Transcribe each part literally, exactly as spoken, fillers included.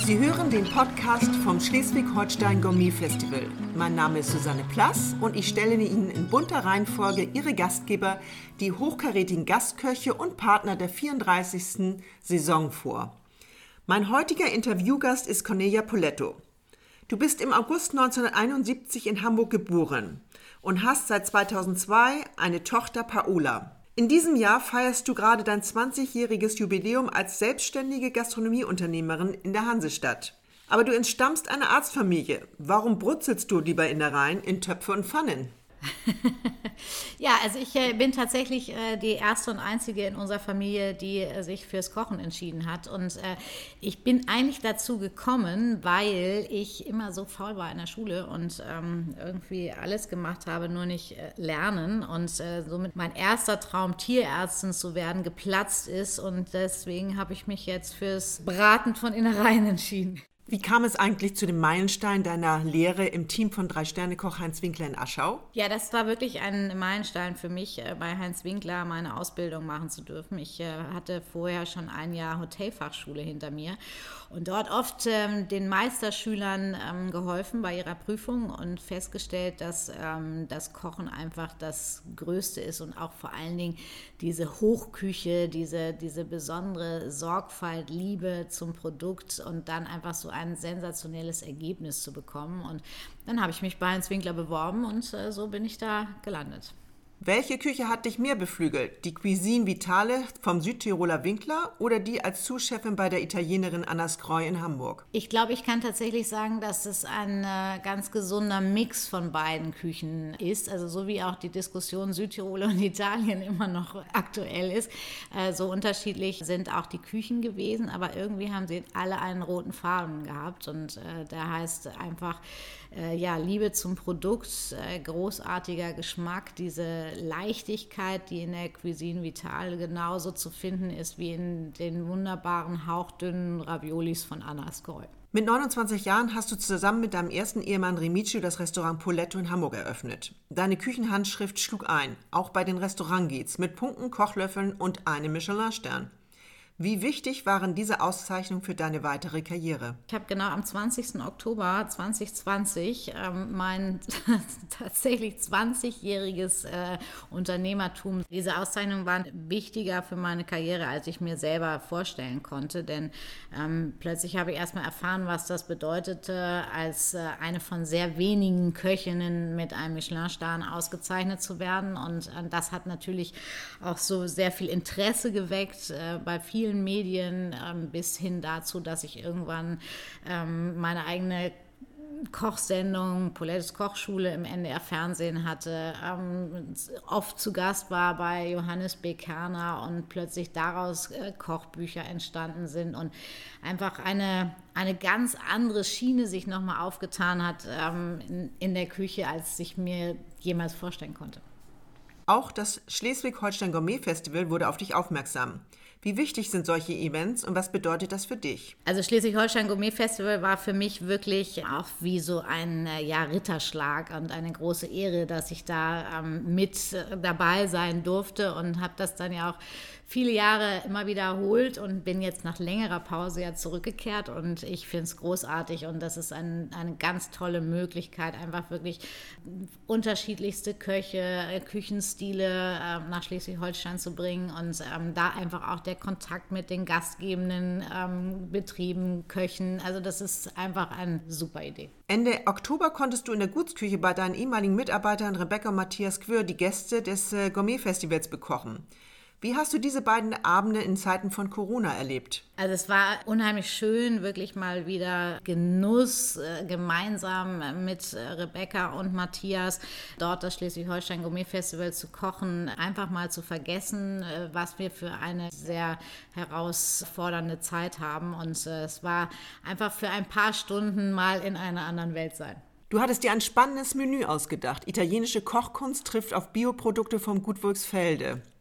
Sie hören den Podcast vom Schleswig-Holstein Gourmet Festival. Mein Name ist Susanne Plass und ich stelle Ihnen in bunter Reihenfolge Ihre Gastgeber, die hochkarätigen Gastköche und Partner der vierunddreißigsten Saison vor. Mein heutiger Interviewgast ist Cornelia Poletto. Du bist im August neunzehnhunderteinundsiebzig in Hamburg geboren und hast seit zweitausendzwei eine Tochter Paola. In diesem Jahr feierst du gerade dein zwanzigjähriges Jubiläum als selbstständige Gastronomieunternehmerin in der Hansestadt. Aber du entstammst einer Arztfamilie. Warum brutzelst du lieber Innereien in Töpfe und Pfannen? Ja, also ich äh, bin tatsächlich äh, die erste und einzige in unserer Familie, die äh, sich fürs Kochen entschieden hat. Und äh, ich bin eigentlich dazu gekommen, weil ich immer so faul war in der Schule und ähm, irgendwie alles gemacht habe, nur nicht äh, lernen. Und äh, somit mein erster Traum, Tierärztin zu werden, geplatzt ist. Und deswegen habe ich mich jetzt fürs Braten von Innereien entschieden. Wie kam es eigentlich zu dem Meilenstein deiner Lehre im Team von Drei-Sterne-Koch Heinz Winkler in Aschau? Ja, das war wirklich ein Meilenstein für mich, bei Heinz Winkler meine Ausbildung machen zu dürfen. Ich äh, hatte vorher schon ein Jahr Hotelfachschule hinter mir und dort oft ähm, den Meisterschülern ähm, geholfen bei ihrer Prüfung und festgestellt, dass ähm, das Kochen einfach das Größte ist und auch vor allen Dingen diese Hochküche, diese, diese besondere Sorgfalt, Liebe zum Produkt und dann einfach so ein sensationelles Ergebnis zu bekommen. Und dann habe ich mich bei Heinz Winkler beworben und äh, so bin ich da gelandet. Welche Küche hat dich mehr beflügelt? Die Cuisine Vitale vom Südtiroler Winkler oder die als Sous-Chefin bei der Italienerin Anna Screu in Hamburg? Ich glaube, ich kann tatsächlich sagen, dass es ein äh, ganz gesunder Mix von beiden Küchen ist. Also so wie auch die Diskussion Südtirol und Italien immer noch aktuell ist. Äh, so unterschiedlich sind auch die Küchen gewesen, aber irgendwie haben sie alle einen roten Faden gehabt. Und äh, der heißt einfach, äh, ja, Liebe zum Produkt, äh, großartiger Geschmack, diese Leichtigkeit, die in der Cuisine Vitale genauso zu finden ist wie in den wunderbaren, hauchdünnen Raviolis von Anna Screu. Mit neunundzwanzig Jahren hast du zusammen mit deinem ersten Ehemann Remigio das Restaurant Poletto in Hamburg eröffnet. Deine Küchenhandschrift schlug ein, auch bei den Restaurantguides, mit Punkten, Kochlöffeln und einem Michelin-Stern. Wie wichtig waren diese Auszeichnungen für deine weitere Karriere? Ich habe genau am zwanzigsten Oktober zweitausendzwanzig ähm, mein tatsächlich zwanzigjähriges äh, Unternehmertum. Diese Auszeichnungen waren wichtiger für meine Karriere, als ich mir selber vorstellen konnte, denn ähm, plötzlich habe ich erstmal erfahren, was das bedeutete, als äh, eine von sehr wenigen Köchinnen mit einem Michelin-Stern ausgezeichnet zu werden. Und äh, das hat natürlich auch so sehr viel Interesse geweckt äh, bei vielen Medien, ähm, bis hin dazu, dass ich irgendwann ähm, meine eigene Kochsendung, Polettes Kochschule im N D R-Fernsehen hatte, ähm, oft zu Gast war bei Johannes B. Kerner und plötzlich daraus äh, Kochbücher entstanden sind und einfach eine, eine ganz andere Schiene sich nochmal aufgetan hat ähm, in, in der Küche, als ich mir jemals vorstellen konnte. Auch das Schleswig-Holstein Gourmet Festival wurde auf dich aufmerksam. Wie wichtig sind solche Events und was bedeutet das für dich? Also Schleswig-Holstein Gourmet Festival war für mich wirklich auch wie so ein ja, Ritterschlag und eine große Ehre, dass ich da ähm, mit dabei sein durfte und habe das dann ja auch viele Jahre immer wiederholt und bin jetzt nach längerer Pause ja zurückgekehrt und ich finde es großartig und das ist ein, eine ganz tolle Möglichkeit, einfach wirklich unterschiedlichste Köche, Küchenstile äh, nach Schleswig-Holstein zu bringen und ähm, da einfach auch der Kontakt mit den gastgebenden ähm, Betrieben, Köchen, also das ist einfach eine super Idee. Ende Oktober konntest du in der Gutsküche bei deinen ehemaligen Mitarbeitern Rebecca und Matthias Quör die Gäste des äh, Gourmet-Festivals bekochen. Wie hast du diese beiden Abende in Zeiten von Corona erlebt? Also es war unheimlich schön, wirklich mal wieder Genuss, äh, gemeinsam mit äh, Rebecca und Matthias dort das Schleswig-Holstein Gourmet Festival zu kochen, einfach mal zu vergessen, äh, was wir für eine sehr herausfordernde Zeit haben. Und äh, es war einfach für ein paar Stunden mal in einer anderen Welt sein. Du hattest dir ein spannendes Menü ausgedacht. Italienische Kochkunst trifft auf Bioprodukte vom Gut Wolfsfelde.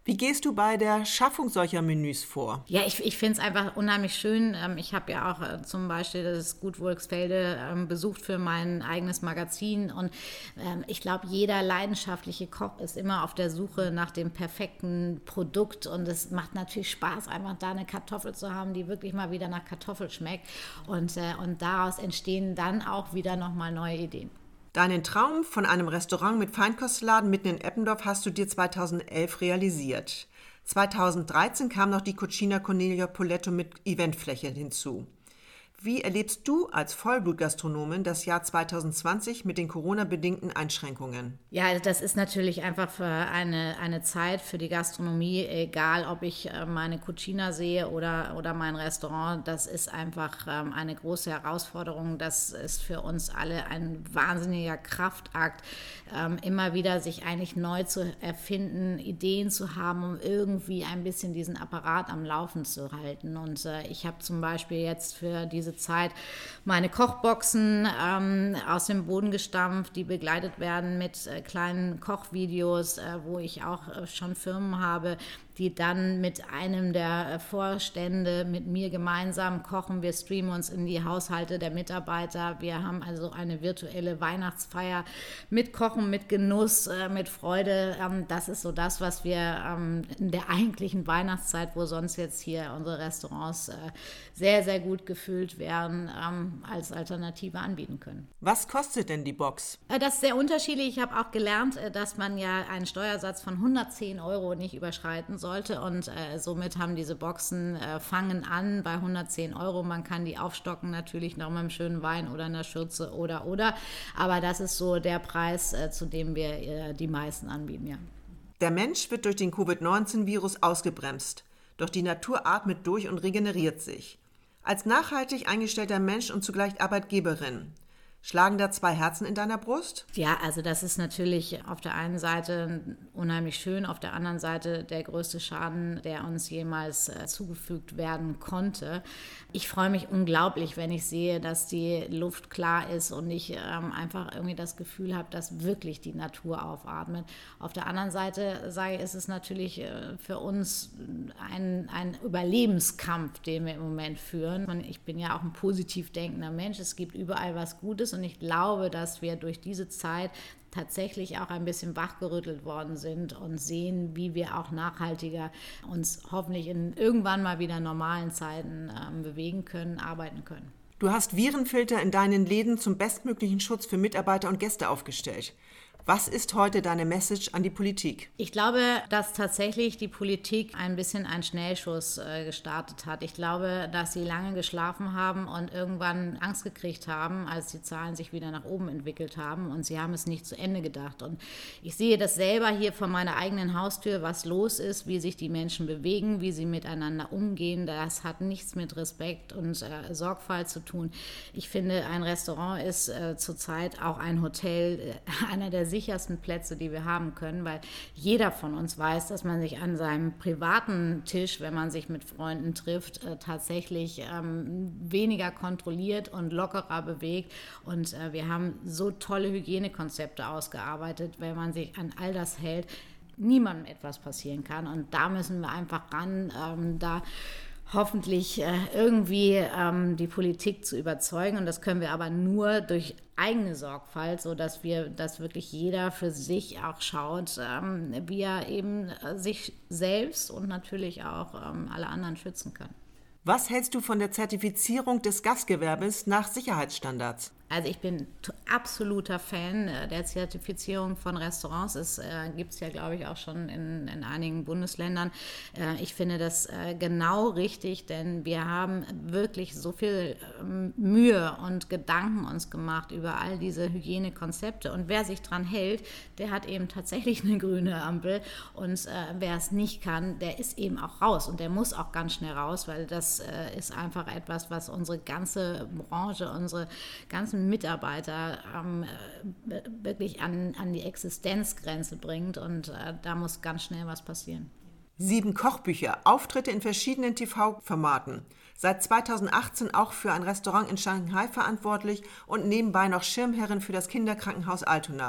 Wie gehst du bei der Schaffung solcher Menüs vor? Ja, ich, ich finde es einfach unheimlich schön. Ich habe ja auch äh, zum Beispiel das Gut Wolfsfelde ähm, besucht für mein eigenes Magazin. Und ähm, ich glaube, jeder leidenschaftliche Koch ist immer auf der Suche nach dem perfekten Produkt. Und es macht natürlich Spaß, einfach da eine Kartoffel zu haben, die wirklich mal wieder nach Kartoffel schmeckt. Und, äh, und daraus entstehen dann auch wieder nochmal neue Ideen. Deinen Traum von einem Restaurant mit Feinkostladen mitten in Eppendorf hast du dir zweitausendelf realisiert. zweitausenddreizehn kam noch die Cucina Cornelia Poletto mit Eventfläche hinzu. Wie erlebst du als Vollblutgastronomin das Jahr zweitausendzwanzig mit den Corona-bedingten Einschränkungen? Ja, das ist natürlich einfach für eine, eine Zeit für die Gastronomie, egal ob ich meine Cucina sehe oder, oder mein Restaurant, das ist einfach eine große Herausforderung. Das ist für uns alle ein wahnsinniger Kraftakt, immer wieder sich eigentlich neu zu erfinden, Ideen zu haben, um irgendwie ein bisschen diesen Apparat am Laufen zu halten. Und ich habe zum Beispiel jetzt für diese Zeit meine Kochboxen ähm, aus dem Boden gestampft, die begleitet werden mit äh, kleinen Kochvideos, äh, wo ich auch äh, schon Firmen habe, die dann mit einem der Vorstände mit mir gemeinsam kochen. Wir streamen uns in die Haushalte der Mitarbeiter. Wir haben also eine virtuelle Weihnachtsfeier mit Kochen, mit Genuss, äh, mit Freude. Ähm, das ist so das, was wir ähm, in der eigentlichen Weihnachtszeit, wo sonst jetzt hier unsere Restaurants äh, sehr, sehr gut gefüllt werden, ähm, als Alternative anbieten können. Was kostet denn die Box? Äh, das ist sehr unterschiedlich. Ich habe auch gelernt, äh, dass man ja einen Steuersatz von hundertzehn Euro nicht überschreiten soll. sollte und äh, somit haben diese Boxen, äh, fangen an bei hundertzehn Euro. Man kann die aufstocken natürlich noch mit einem schönen Wein oder einer Schürze oder oder, aber das ist so der Preis, äh, zu dem wir äh, die meisten anbieten, ja. Der Mensch wird durch den Covid neunzehn Virus ausgebremst, doch die Natur atmet durch und regeneriert sich. Als nachhaltig eingestellter Mensch und zugleich Arbeitgeberin, schlagen da zwei Herzen in deiner Brust? Ja, also das ist natürlich auf der einen Seite unheimlich schön, auf der anderen Seite der größte Schaden, der uns jemals äh, zugefügt werden konnte. Ich freue mich unglaublich, wenn ich sehe, dass die Luft klar ist und ich ähm, einfach irgendwie das Gefühl habe, dass wirklich die Natur aufatmet. Auf der anderen Seite sage ich, ist es natürlich äh, für uns ein, ein Überlebenskampf, den wir im Moment führen. Und ich bin ja auch ein positiv denkender Mensch. Es gibt überall was Gutes. Und ich glaube, dass wir durch diese Zeit tatsächlich auch ein bisschen wachgerüttelt worden sind und sehen, wie wir auch nachhaltiger uns hoffentlich in irgendwann mal wieder normalen Zeiten ähm, bewegen können, arbeiten können. Du hast Virenfilter in deinen Läden zum bestmöglichen Schutz für Mitarbeiter und Gäste aufgestellt. Was ist heute deine Message an die Politik? Ich glaube, dass tatsächlich die Politik ein bisschen einen Schnellschuss äh, gestartet hat. Ich glaube, dass sie lange geschlafen haben und irgendwann Angst gekriegt haben, als die Zahlen sich wieder nach oben entwickelt haben und sie haben es nicht zu Ende gedacht. Und ich sehe das selber hier vor meiner eigenen Haustür, was los ist, wie sich die Menschen bewegen, wie sie miteinander umgehen. Das hat nichts mit Respekt und äh, Sorgfalt zu tun. Ich finde, ein Restaurant ist äh, zurzeit auch ein Hotel, äh, einer der sichersten Plätze, die wir haben können, weil jeder von uns weiß, dass man sich an seinem privaten Tisch, wenn man sich mit Freunden trifft, äh, tatsächlich ähm, weniger kontrolliert und lockerer bewegt. Und äh, wir haben so tolle Hygienekonzepte ausgearbeitet, wenn man sich an all das hält, niemandem etwas passieren kann. Und da müssen wir einfach ran, ähm, da hoffentlich äh, irgendwie ähm, die Politik zu überzeugen. Und das können wir aber nur durch eigene Sorgfalt, sodass wir, dass wirklich jeder für sich auch schaut, ähm, wie er eben äh, sich selbst und natürlich auch ähm, alle anderen schützen kann. Was hältst du von der Zertifizierung des Gastgewerbes nach Sicherheitsstandards? Also ich bin absoluter Fan der Zertifizierung von Restaurants. Es äh, gibt es ja, glaube ich, auch schon in, in einigen Bundesländern. Äh, ich finde das äh, genau richtig, denn wir haben wirklich so viel ähm, Mühe und Gedanken uns gemacht über all diese Hygienekonzepte. Und wer sich dran hält, der hat eben tatsächlich eine grüne Ampel. Und äh, wer es nicht kann, der ist eben auch raus. Und der muss auch ganz schnell raus, weil das äh, ist einfach etwas, was unsere ganze Branche, unsere ganzen Mitarbeiter ähm, wirklich an, an die Existenzgrenze bringt und äh, da muss ganz schnell was passieren. Sieben Kochbücher, Auftritte in verschiedenen T V-Formaten. Seit zweitausendachtzehn auch für ein Restaurant in Shanghai verantwortlich und nebenbei noch Schirmherrin für das Kinderkrankenhaus Altona.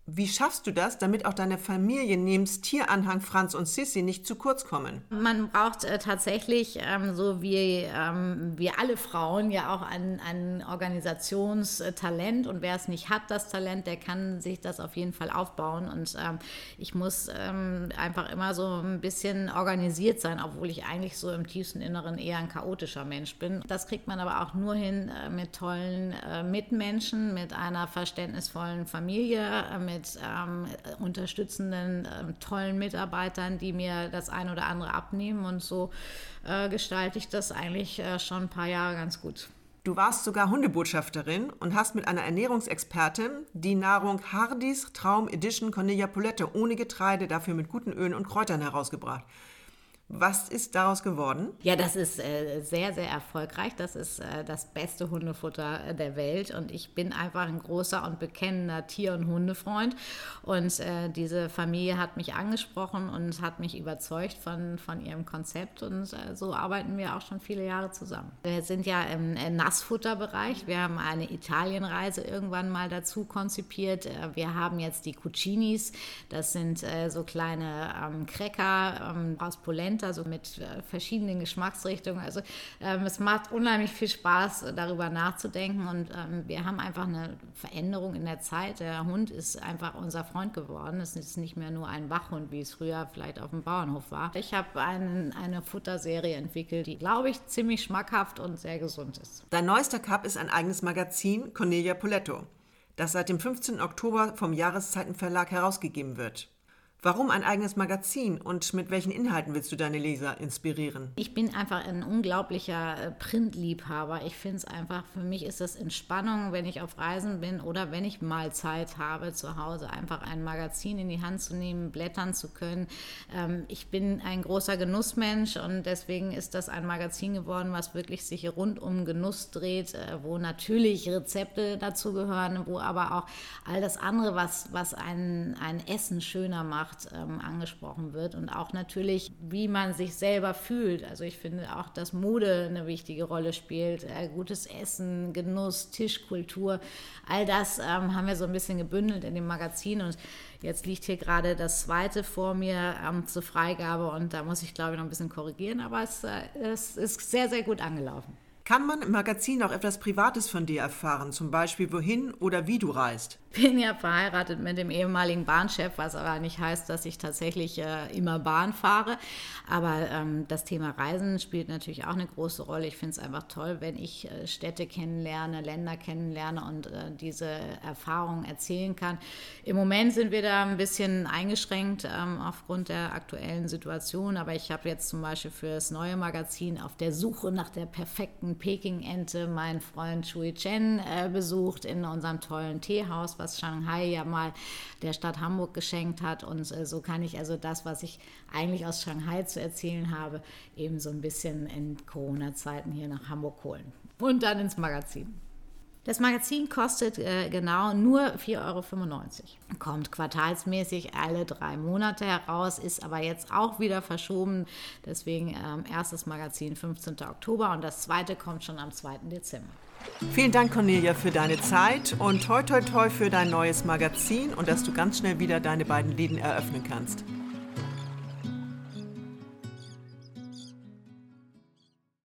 Wie schaffst du das, damit auch deine Familie nebst Tieranhang Franz und Sissi nicht zu kurz kommen? Man braucht äh, tatsächlich, ähm, so wie ähm, wir alle Frauen, ja auch ein, ein Organisationstalent. Und wer es nicht hat, das Talent, der kann sich das auf jeden Fall aufbauen. Und ähm, ich muss ähm, einfach immer so ein bisschen organisiert sein, obwohl ich eigentlich so im tiefsten Inneren eher ein chaotischer Mensch bin. Das kriegt man aber auch nur hin äh, mit tollen äh, Mitmenschen, mit einer verständnisvollen Familie, äh, mit mit ähm, unterstützenden, ähm, tollen Mitarbeitern, die mir das ein oder andere abnehmen. Und so äh, gestalte ich das eigentlich äh, schon ein paar Jahre ganz gut. Du warst sogar Hundebotschafterin und hast mit einer Ernährungsexpertin die Nahrung Hardys Traum Edition Cornelia Poulette ohne Getreide, dafür mit guten Ölen und Kräutern herausgebracht. Was ist daraus geworden? Ja, das ist äh, sehr, sehr erfolgreich. Das ist äh, das beste Hundefutter äh, der Welt. Und ich bin einfach ein großer und bekennender Tier- und Hundefreund. Und äh, diese Familie hat mich angesprochen und hat mich überzeugt von, von ihrem Konzept. Und äh, so arbeiten wir auch schon viele Jahre zusammen. Wir sind ja im äh, Nassfutterbereich. Wir haben eine Italienreise irgendwann mal dazu konzipiert. Äh, wir haben jetzt die Cucinis. Das sind äh, so kleine ähm, Cracker ähm, aus Polenta, also mit äh, verschiedenen Geschmacksrichtungen. Also ähm, es macht unheimlich viel Spaß, darüber nachzudenken, und ähm, wir haben einfach eine Veränderung in der Zeit. Der Hund ist einfach unser Freund geworden. Es ist nicht mehr nur ein Wachhund, wie es früher vielleicht auf dem Bauernhof war. Ich habe einen, eine Futterserie entwickelt, die, glaube ich, ziemlich schmackhaft und sehr gesund ist. Dein neuester Cup ist ein eigenes Magazin, Cornelia Poulette, das seit dem fünfzehnten Oktober vom Jahreszeitenverlag herausgegeben wird. Warum ein eigenes Magazin und mit welchen Inhalten willst du deine Leser inspirieren? Ich bin einfach ein unglaublicher Printliebhaber. Ich finde es einfach, für mich ist das Entspannung, wenn ich auf Reisen bin oder wenn ich mal Zeit habe zu Hause, einfach ein Magazin in die Hand zu nehmen, blättern zu können. Ich bin ein großer Genussmensch und deswegen ist das ein Magazin geworden, was wirklich sich rund um Genuss dreht, wo natürlich Rezepte dazu gehören, wo aber auch all das andere, was, was ein, ein Essen schöner macht, Ähm, angesprochen wird, und auch natürlich, wie man sich selber fühlt. Also ich finde auch, dass Mode eine wichtige Rolle spielt, äh, gutes Essen, Genuss, Tischkultur, all das ähm, haben wir so ein bisschen gebündelt in dem Magazin, und jetzt liegt hier gerade das zweite vor mir ähm, zur Freigabe, und da muss ich, glaube ich, noch ein bisschen korrigieren, aber es, äh, es ist sehr, sehr gut angelaufen. Kann man im Magazin auch etwas Privates von dir erfahren, zum Beispiel wohin oder wie du reist? Ich bin ja verheiratet mit dem ehemaligen Bahnchef, was aber nicht heißt, dass ich tatsächlich äh, immer Bahn fahre. Aber ähm, das Thema Reisen spielt natürlich auch eine große Rolle. Ich finde es einfach toll, wenn ich äh, Städte kennenlerne, Länder kennenlerne und äh, diese Erfahrungen erzählen kann. Im Moment sind wir da ein bisschen eingeschränkt ähm, aufgrund der aktuellen Situation. Aber ich habe jetzt zum Beispiel für das neue Magazin auf der Suche nach der perfekten Peking-Ente meinen Freund Shui Chen äh, besucht in unserem tollen Teehaus, was Shanghai ja mal der Stadt Hamburg geschenkt hat. Und äh, so kann ich also das, was ich eigentlich aus Shanghai zu erzählen habe, eben so ein bisschen in Corona-Zeiten hier nach Hamburg holen. Und dann ins Magazin. Das Magazin kostet äh, genau nur vier Euro fünfundneunzig. Kommt quartalsmäßig alle drei Monate heraus, ist aber jetzt auch wieder verschoben. Deswegen ähm, erstes Magazin fünfzehnten Oktober und das zweite kommt schon am zweiten Dezember. Vielen Dank, Cornelia, für deine Zeit und toi toi toi für dein neues Magazin und dass du ganz schnell wieder deine beiden Läden eröffnen kannst.